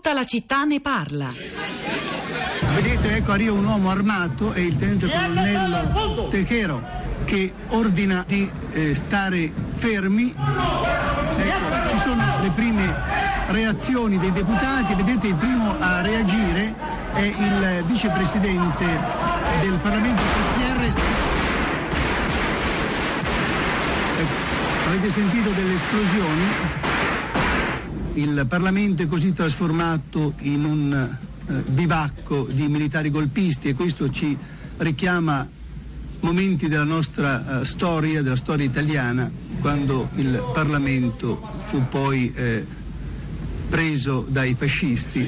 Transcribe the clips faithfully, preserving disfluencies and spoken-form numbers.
Tutta la città ne parla. Vedete, ecco, arriva un uomo armato, è il tenente colonnello Tejero, che ordina di eh, stare fermi. Ecco, ci sono le prime reazioni dei deputati. Vedete, il primo a reagire è il vicepresidente del Parlamento Gutierrez. Ecco, avete sentito delle esplosioni? Il Parlamento è così trasformato in un eh, bivacco di militari golpisti, e questo ci richiama momenti della nostra uh, storia, della storia italiana, quando il Parlamento fu poi eh, preso dai fascisti.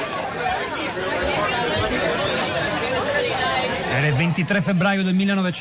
Era il ventitré febbraio del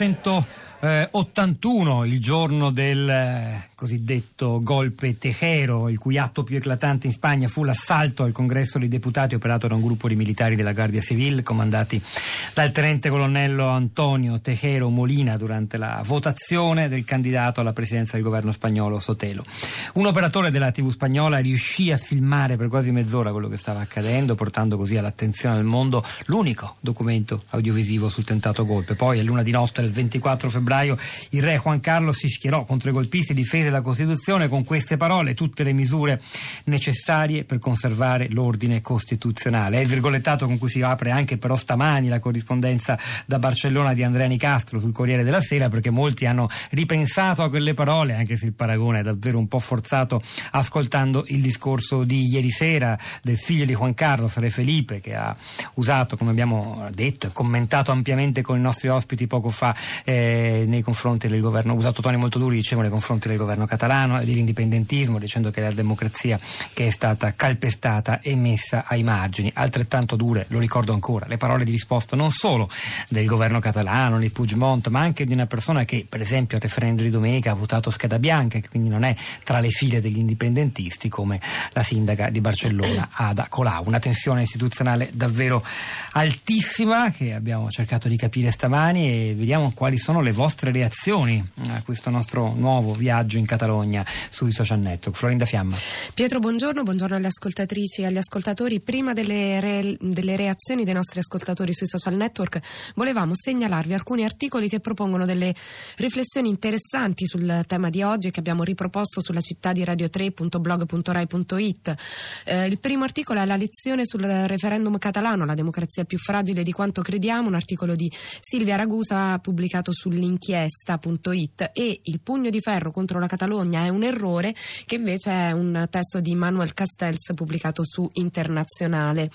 millenovecentottantuno, il giorno del eh, cosiddetto golpe Tejero, il cui atto più eclatante in Spagna fu l'assalto al congresso dei deputati operato da un gruppo di militari della Guardia Civil comandati dal tenente colonnello Antonio Tejero Molina durante la votazione del candidato alla presidenza del governo spagnolo Sotelo. Un operatore della tivù spagnola riuscì a filmare per quasi mezz'ora quello che stava accadendo, portando così all'attenzione del mondo l'unico documento audiovisivo sul tentato golpe. Poi a luna di notte del ventiquattro febbraio il re Juan Carlos si schierò contro i golpisti, difese la Costituzione con queste parole: tutte le misure necessarie per conservare l'ordine costituzionale. È il virgolettato con cui si apre anche però stamani la corrispondenza da Barcellona di Andrea Nicastro sul Corriere della Sera, perché molti hanno ripensato a quelle parole, anche se il paragone è davvero un po' forzato, ascoltando il discorso di ieri sera del figlio di Juan Carlos, Re Felipe, che ha usato, come abbiamo detto e commentato ampiamente con i nostri ospiti poco fa, eh, nei confronti del governo, ha usato toni molto duri, dicevo, nei confronti del governo catalano e dell'indipendentismo, dicendo che è la democrazia che è stata calpestata e messa ai margini. Altrettanto dure, lo ricordo ancora, le parole di risposta non solo del governo catalano, di Puigdemont, ma anche di una persona che, per esempio, al referendum di domenica ha votato scheda bianca, che quindi non è tra le file degli indipendentisti, come la sindaca di Barcellona Ada Colau. Una tensione istituzionale davvero altissima che abbiamo cercato di capire stamani, e vediamo quali sono le vostre reazioni a questo nostro nuovo viaggio in Catalogna sui social network. Florinda Fiamma. Pietro, buongiorno, buongiorno alle ascoltatrici e agli ascoltatori. Prima delle, re, delle reazioni dei nostri ascoltatori sui social network, volevamo segnalarvi alcuni articoli che propongono delle riflessioni interessanti sul tema di oggi, che abbiamo riproposto sulla città di radio tre punto blog punto rai punto it. Eh, il primo articolo è la lezione sul referendum catalano, la democrazia più fragile di quanto crediamo, un articolo di Silvia Ragusa pubblicato sull'inchiesta punto it, e il pugno di ferro contro la Catalogna è un errore, che invece è un testo di Manuel Castells pubblicato su Internazionale.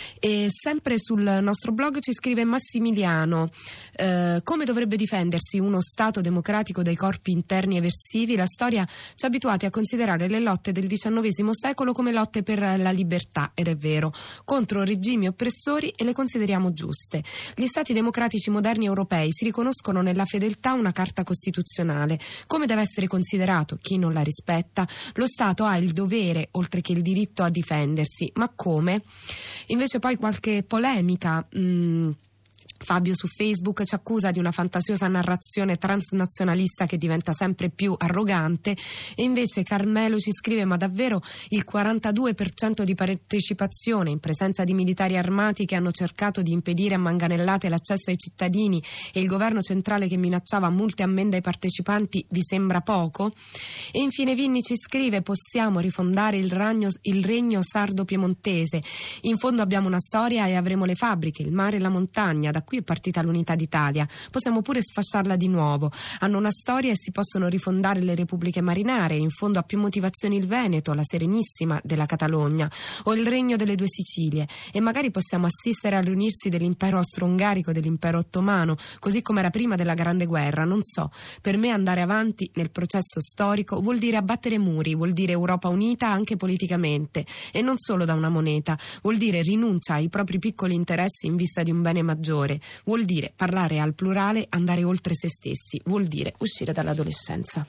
E sempre sul nostro blog ci scrive Massimiliano: eh, come dovrebbe difendersi uno Stato democratico dai corpi interni eversivi? La storia ci ha abituati a considerare le lotte del diciannovesimo secolo come lotte per la libertà, ed è vero, contro regimi oppressori, e le consideriamo giuste. Gli Stati democratici moderni europei si riconoscono nella fedeltà a una carta costituzionale. Come deve essere considerato chi non la rispetta? Lo Stato ha il dovere, oltre che il diritto, a difendersi. Ma come? Invece poi qualche polemica. Mh, Fabio su Facebook ci accusa di una fantasiosa narrazione transnazionalista che diventa sempre più arrogante, e invece Carmelo ci scrive: ma davvero il quarantadue per cento di partecipazione in presenza di militari armati che hanno cercato di impedire a manganellate l'accesso ai cittadini, e il governo centrale che minacciava multe e ammende ai partecipanti, vi sembra poco? E infine Vinni ci scrive: possiamo rifondare il, ragno, il regno sardo-piemontese, in fondo abbiamo una storia e avremo le fabbriche, il mare e la montagna, da qui è partita l'unità d'Italia, possiamo pure sfasciarla di nuovo, hanno una storia e si possono rifondare le repubbliche marinare, in fondo ha più motivazioni il Veneto, la Serenissima della Catalogna o il Regno delle Due Sicilie, e magari possiamo assistere al riunirsi dell'impero austro-ungarico e dell'impero ottomano, così come era prima della Grande Guerra. Non so, per me andare avanti nel processo storico vuol dire abbattere muri, vuol dire Europa unita anche politicamente, e non solo da una moneta, vuol dire rinuncia ai propri piccoli interessi in vista di un bene maggiore, vuol dire parlare al plurale, andare oltre se stessi, vuol dire uscire dall'adolescenza.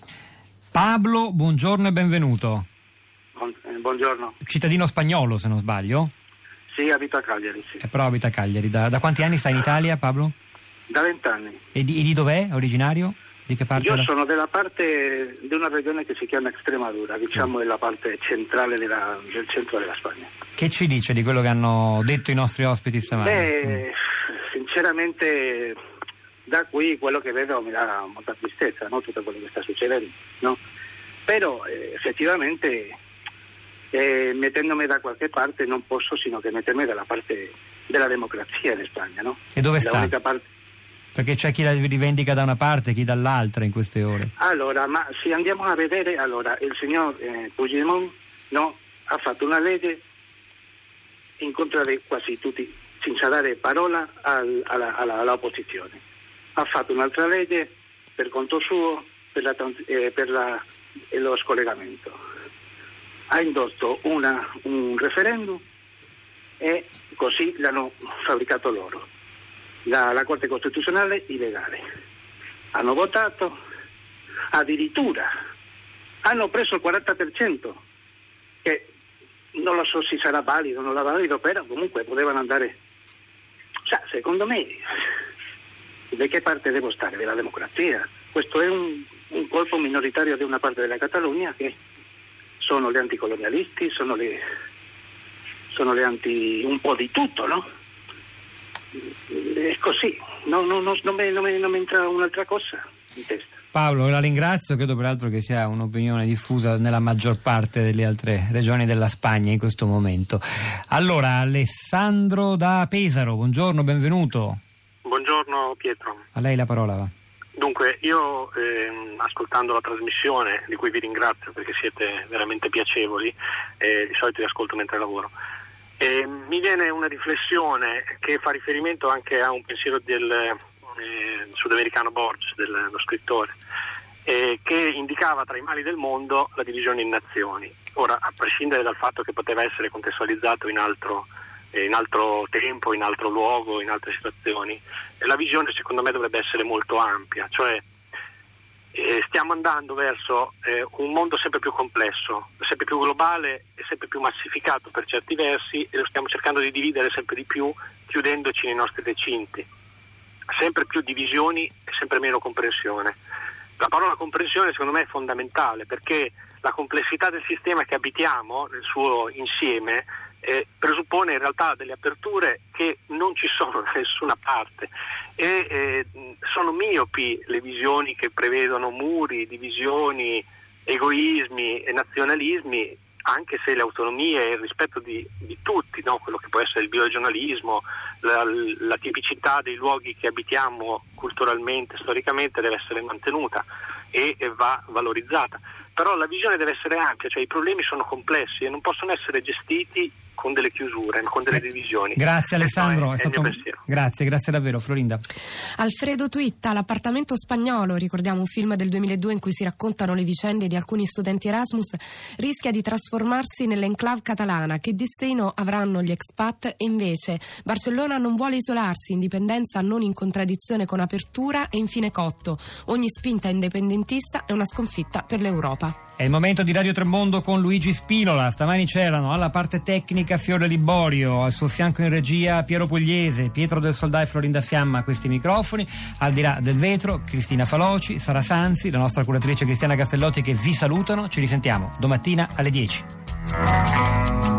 Pablo, buongiorno e benvenuto. Buongiorno. Cittadino spagnolo, se non sbaglio? Sì, abito a Cagliari, sì. Eh, però abita a Cagliari. Da, da quanti anni sta in Italia, Pablo? Da vent'anni. E di, e di dov'è originario? Di che parte? Io la... sono della parte di una regione che si chiama Extremadura, diciamo è la parte centrale della, del centro della Spagna. Che ci dice di quello che hanno detto i nostri ospiti stamani? Beh, mm. sinceramente da qui quello che vedo mi dà molta tristezza, no? Tutto quello che sta succedendo, no? Però eh, effettivamente eh, mettendomi da qualche parte non posso sino che mettermi dalla parte della democrazia in Spagna, no? E dove la sta? Unica parte... Perché c'è chi la rivendica da una parte e chi dall'altra in queste ore. Allora, ma se andiamo a vedere, allora il signor eh, Puigdemont, no, ha fatto una legge in contro di quasi tutti, senza dare parola al, alla, alla, all'opposizione. Ha fatto un'altra legge per conto suo per, la, eh, per la, lo scollegamento. Ha indotto una, un referendum e così l'hanno fabbricato loro. La, la Corte Costituzionale illegale. Hanno votato, addirittura hanno preso il quaranta per cento, che non lo so se sarà valido o non sarà valido, però comunque potevano andare. Cioè, secondo me, da che parte devo stare? Della democrazia. Questo è un, un colpo minoritario di una parte della Catalogna che sono gli anticolonialisti, sono le, sono le anti un po' di tutto, no? È così, no, no, no, non, mi, non, mi, non mi entra un'altra cosa in testa. Paolo, la ringrazio, credo peraltro che sia un'opinione diffusa nella maggior parte delle altre regioni della Spagna in questo momento. Allora, Alessandro da Pesaro, buongiorno, benvenuto. Buongiorno Pietro. A lei la parola va. Dunque, io ehm, ascoltando la trasmissione, di cui vi ringrazio perché siete veramente piacevoli, eh, di solito vi ascolto mentre lavoro, eh, mi viene una riflessione che fa riferimento anche a un pensiero del eh, sudamericano Borges, dello scrittore, eh, che indicava tra i mali del mondo la divisione in nazioni. Ora, a prescindere dal fatto che poteva essere contestualizzato in altro in altro tempo, in altro luogo, in altre situazioni, la visione secondo me dovrebbe essere molto ampia, cioè eh, stiamo andando verso eh, un mondo sempre più complesso, sempre più globale e sempre più massificato per certi versi, e lo stiamo cercando di dividere sempre di più, chiudendoci nei nostri recinti. Sempre più divisioni e sempre meno comprensione. La parola comprensione secondo me è fondamentale, perché la complessità del sistema che abitiamo nel suo insieme Eh, presuppone in realtà delle aperture che non ci sono da nessuna parte e eh, sono miopi le visioni che prevedono muri, divisioni, egoismi e nazionalismi, anche se le autonomie e il rispetto di, di tutti, no? Quello che può essere il bioregionalismo, la, la tipicità dei luoghi che abitiamo culturalmente, storicamente deve essere mantenuta e, e va valorizzata. Però la visione deve essere ampia, cioè i problemi sono complessi e non possono essere gestiti con delle chiusure, con delle divisioni. Grazie Alessandro, è, è stato un... grazie, grazie davvero. Florinda. Alfredo twitta: l'appartamento spagnolo, ricordiamo un film del duemiladue in cui si raccontano le vicende di alcuni studenti Erasmus, rischia di trasformarsi nell'enclave catalana. Che destino avranno gli expat? E invece Barcellona non vuole isolarsi, indipendenza non in contraddizione con apertura. E infine Cotto: ogni spinta indipendentista è una sconfitta per l'Europa. È il momento di Radio Tremondo con Luigi Spinola. Stamani c'erano alla parte tecnica Fiore Liborio, al suo fianco in regia Piero Pugliese, Pietro del Soldà e Florinda Fiamma a questi microfoni. Al di là del vetro Cristina Faloci, Sara Sanzi, la nostra curatrice Cristiana Castellotti che vi salutano. Ci risentiamo domattina alle dieci.